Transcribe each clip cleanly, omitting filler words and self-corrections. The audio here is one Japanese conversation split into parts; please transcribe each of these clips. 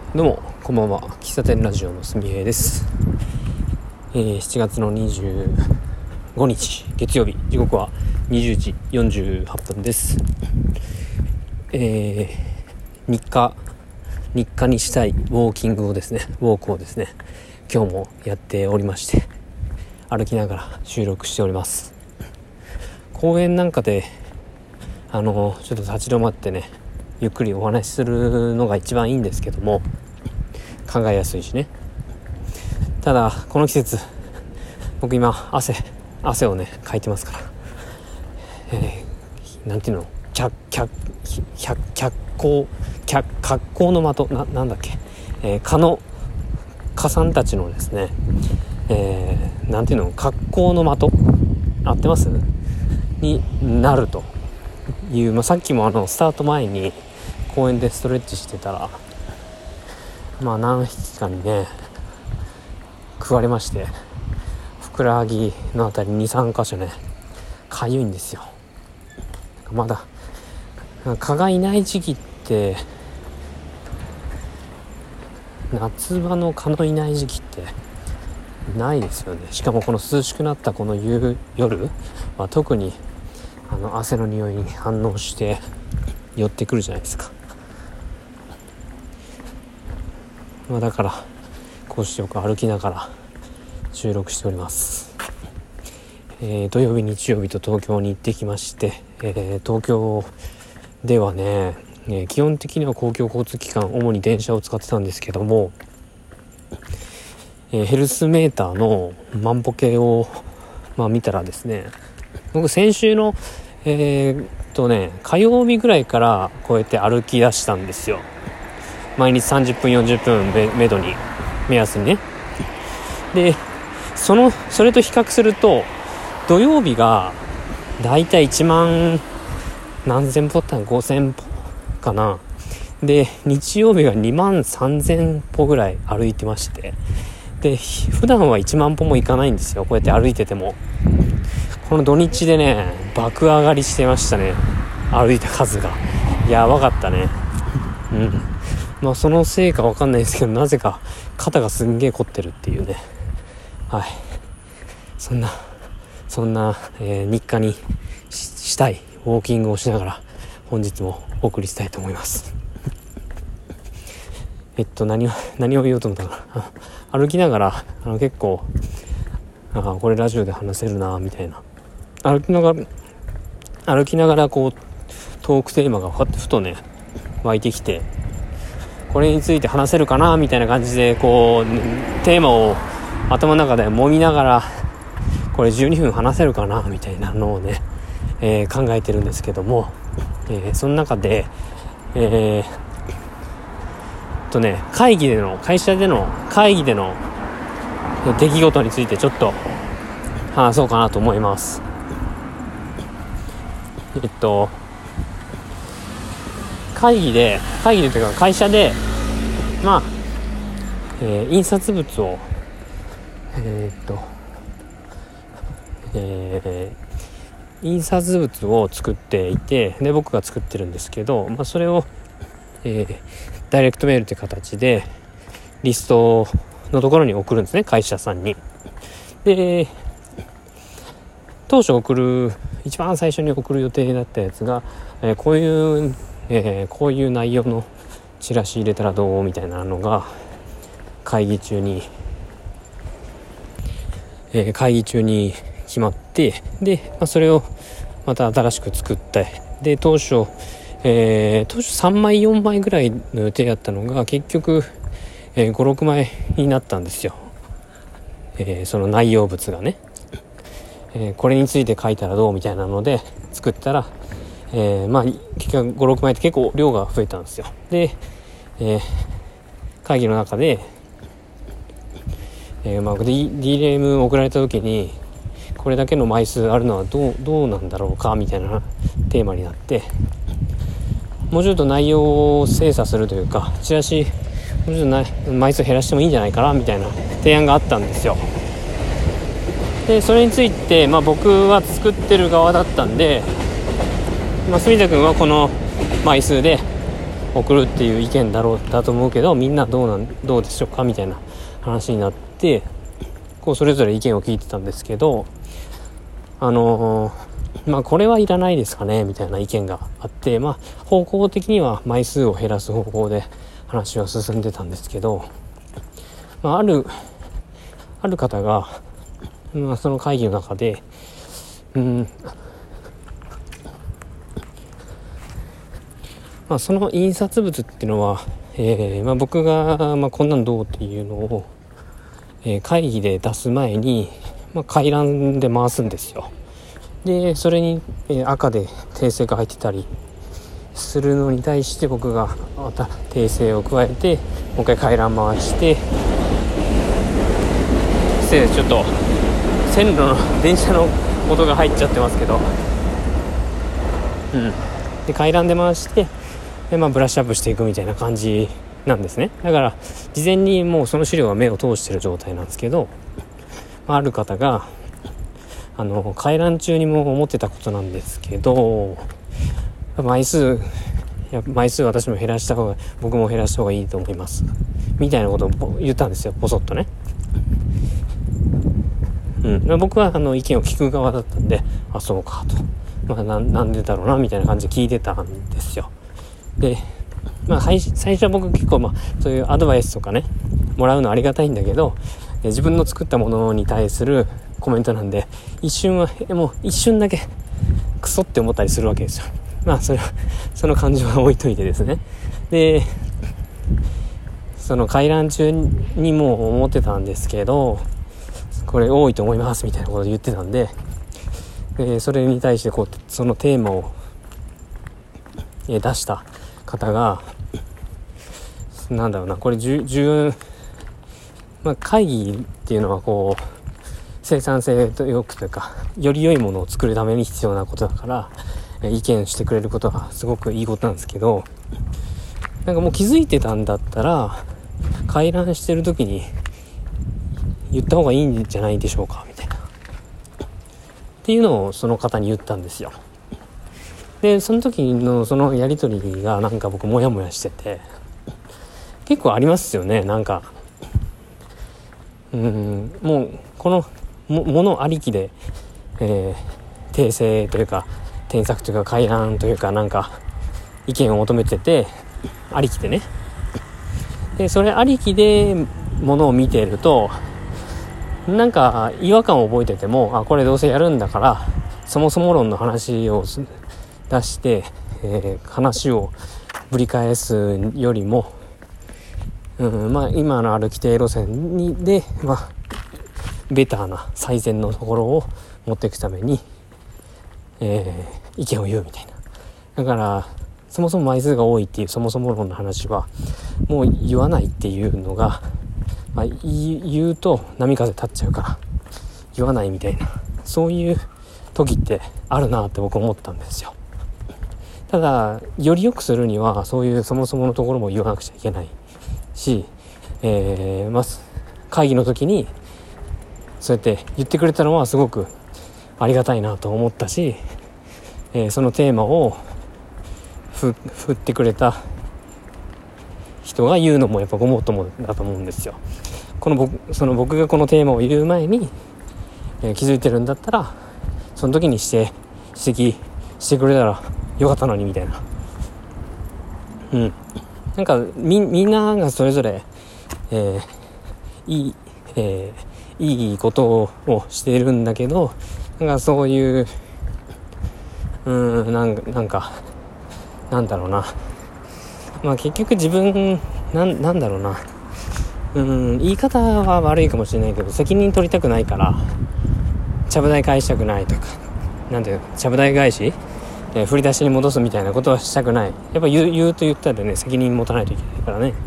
どうもこんばんは。喫茶店ラジオのすみえです。7月の25日月曜日、時刻は20時48分です。日課にしたいウォークをですね今日もやっておりまして、歩きながら収録しております。公園なんかでちょっと立ち止まってね、ゆっくりお話しするのが一番いいんですけども、考えやすいしね。ただこの季節、僕今汗をねかいてますから、なんていうの、脚光の的なんだっけ、蚊さんたちのですね、なんていうの、格好の的合ってますになるという、さっきもスタート前に公園でストレッチしてたら、何匹かにね食われまして、ふくらはぎのあたり 2,3 箇所ねかゆいんですよ。まだ蚊がいない時期って、夏場の蚊のいない時期ってないですよね。しかもこの涼しくなったこの夜は特に汗の匂いに反応して寄ってくるじゃないですか。だからこうしてよく歩きながら収録しております。土曜日日曜日と東京に行ってきまして、東京ではね、基本的には公共交通機関、主に電車を使ってたんですけども、ヘルスメーターの万歩計を見たらですね、僕先週の火曜日ぐらいからこうやって歩き出したんですよ。毎日30分40分目安にね。でそれと比較すると、土曜日がだいたい1万何千歩だったの、5000歩かな。で日曜日が2万3000歩ぐらい歩いてまして、で普段は1万歩もいかないんですよ、こうやって歩いてても。この土日でね爆上がりしてましたね、歩いた数が。やばかったね。そのせいかわかんないですけど、なぜか肩がすんげえ凝ってるっていうね。はい、そんな、日課にしたいウォーキングをしながら本日もお送りしたいと思います。何を言おうと思ったかな。歩きながら結構これラジオで話せるなみたいな、歩きながらこうトークテーマがふとね湧いてきて、これについて話せるかなみたいな感じでこうテーマを頭の中で揉みながら、これ12分話せるかなみたいなのをね、考えてるんですけども、その中で会社での会議での出来事についてちょっと話そうかなと思います。会議でというか会社で印刷物を印刷物を作っていて、で僕が作ってるんですけど、それを、ダイレクトメールという形でリストのところに送るんですね、会社さんに。で当初一番最初に送る予定だったやつが、こういう内容のチラシ入れたらどうみたいなのが会議中に決まって、で、それをまた新しく作って、で当初3枚4枚ぐらいの予定だったのが結局、5、6枚になったんですよ。その内容物がね、これについて書いたらどうみたいなので作ったら、結局5、6枚って結構量が増えたんですよ。で、会議の中で、DRM 送られた時にこれだけの枚数あるのはどうなんだろうかみたいなテーマになって、もうちょっと内容を精査するというか、チラシもうちょっと枚数減らしてもいいんじゃないかなみたいな提案があったんですよ。でそれについて、僕は作ってる側だったんで、住田君はこの枚数で送るっていう意見だと思うけど、みんなどうでしょうかみたいな話になって、こうそれぞれ意見を聞いてたんですけど、これはいらないですかねみたいな意見があって、方向的には枚数を減らす方向で話は進んでたんですけど、ある方が、その会議の中で、その印刷物っていうのは、僕が、こんなんどうっていうのを、会議で出す前に、回覧で回すんですよ。でそれに、赤で訂正が入ってたりするのに対して、僕がまた訂正を加えてもう一回回覧回して、ちょっと線路の電車の音が入っちゃってますけど、で回覧で回してで、ブラッシュアップしていくみたいな感じなんですね。だから事前にもうその資料は目を通してる状態なんですけど、ある方が回覧中にも思ってたことなんですけど、枚数私も減らした方が、僕も減らした方がいいと思いますみたいなことを言ったんですよ、ポソッとね。僕は意見を聞く側だったんで、そうかと、なんでだろうなみたいな感じで聞いてたんですよ。で、最初は僕結構そういうアドバイスとかねもらうのありがたいんだけど、自分の作ったものに対するコメントなんで、一瞬だけクソって思ったりするわけですよ。その感情は置いといてですね。でその回覧中にも思ってたんですけど、これ多いと思いますみたいなことを言ってたんで、それに対してそのテーマを出した方が、これ会議っていうのは生産性とよくというか、より良いものを作るために必要なことだから、意見してくれることはすごくいいことなんですけど、もう気づいてたんだったら回覧してる時に言った方がいいんじゃないでしょうかみたいなっていうのをその方に言ったんですよ。でその時のそのやり取りが僕モヤモヤしてて、結構ありますよね。もうこのものありきで、訂正というか添削というか回覧というか意見を求めてて、ありきでね。でそれありきでものを見ていると、違和感を覚えてても、これどうせやるんだからそもそも論の話を出して、話をぶり返すよりも、今のある規定路線で、ベターな最善のところを持っていくために、意見を言うみたいな。だからそもそも枚数が多いっていうそもそも論の話はもう言わないっていうのが、言うと波風立っちゃうから言わないみたいな、そういう時ってあるなって僕思ったんですよ。ただより良くするにはそういうそもそものところも言わなくちゃいけないし、会議の時にそうやって言ってくれたのはすごくありがたいなと思ったし、そのテーマを振ってくれた人が言うのもやっぱごもっともだと思うんですよ。僕がこのテーマを言う前に、気づいてるんだったらその時に指摘してくれたらよかったのにみたいな。みんながそれぞれ、いいことをしているんだけど、そういうなんだろうな、結局自分なんだろうな、言い方は悪いかもしれないけど、責任取りたくないからちゃぶ台返したくないとか、ちゃぶ台返し、振り出しに戻すみたいなことはしたくない。やっぱ言うと言ったらね、責任持たないといけないからね。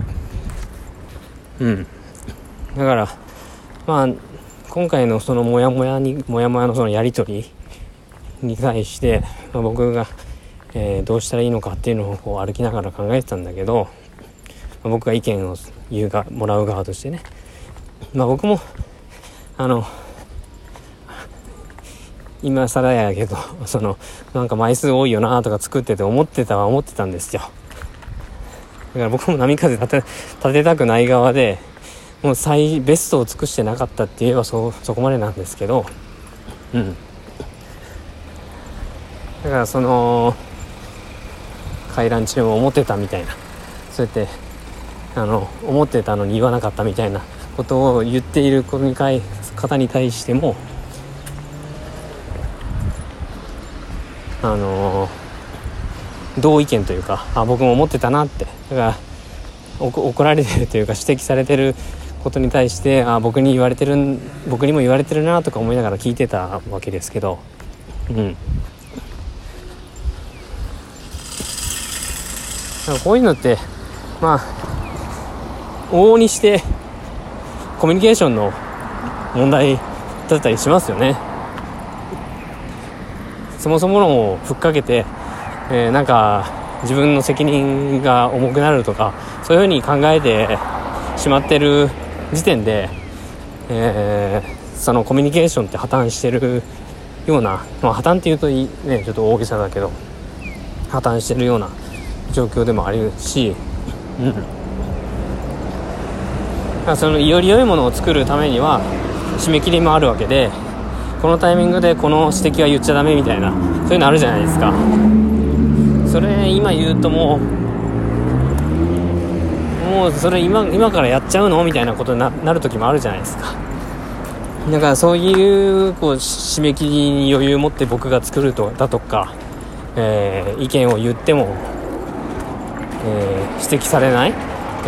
だから今回のそのモヤモヤのそのやり取りに対して、僕が、どうしたらいいのかっていうのを歩きながら考えてたんだけど、僕が意見をもらう側としてね、僕も今更やけど枚数多いよなとか作ってて思ってたんですよ。 から僕も波風立てたくない側で、もうベストを尽くしてなかったって言えばそこまでなんですけど、だからその回覧中も思ってたみたいな、そうやって思ってたのに言わなかったみたいなことを言っている方に対しても同意見というか、僕も思ってたなって、だから怒られてるというか指摘されてることに対して僕にも言われてるなとか思いながら聞いてたわけですけど、なんかこういうのって往々にしてコミュニケーションの問題だったりしますよね。そもそものをふっかけて、なんか自分の責任が重くなるとかそういうふうに考えてしまってる時点で、そのコミュニケーションって破綻してるような、破綻っていうとちょっと大げさだけど破綻してるような状況でもあるし、そのより良いものを作るためには締め切りもあるわけで、このタイミングでこの指摘は言っちゃダメみたいな、そういうのあるじゃないですか。それ今言うともうそれ今からやっちゃうのみたいなことになる時もあるじゃないですか。だからそういう締め切りに余裕を持って僕が作るだとか、意見を言っても、指摘されない、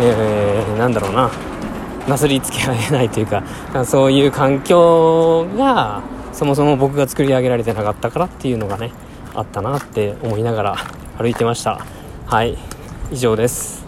なすりつけられないというか、そういう環境がそもそも僕が作り上げられてなかったからっていうのがねあったなって思いながら歩いてました。はい、以上です。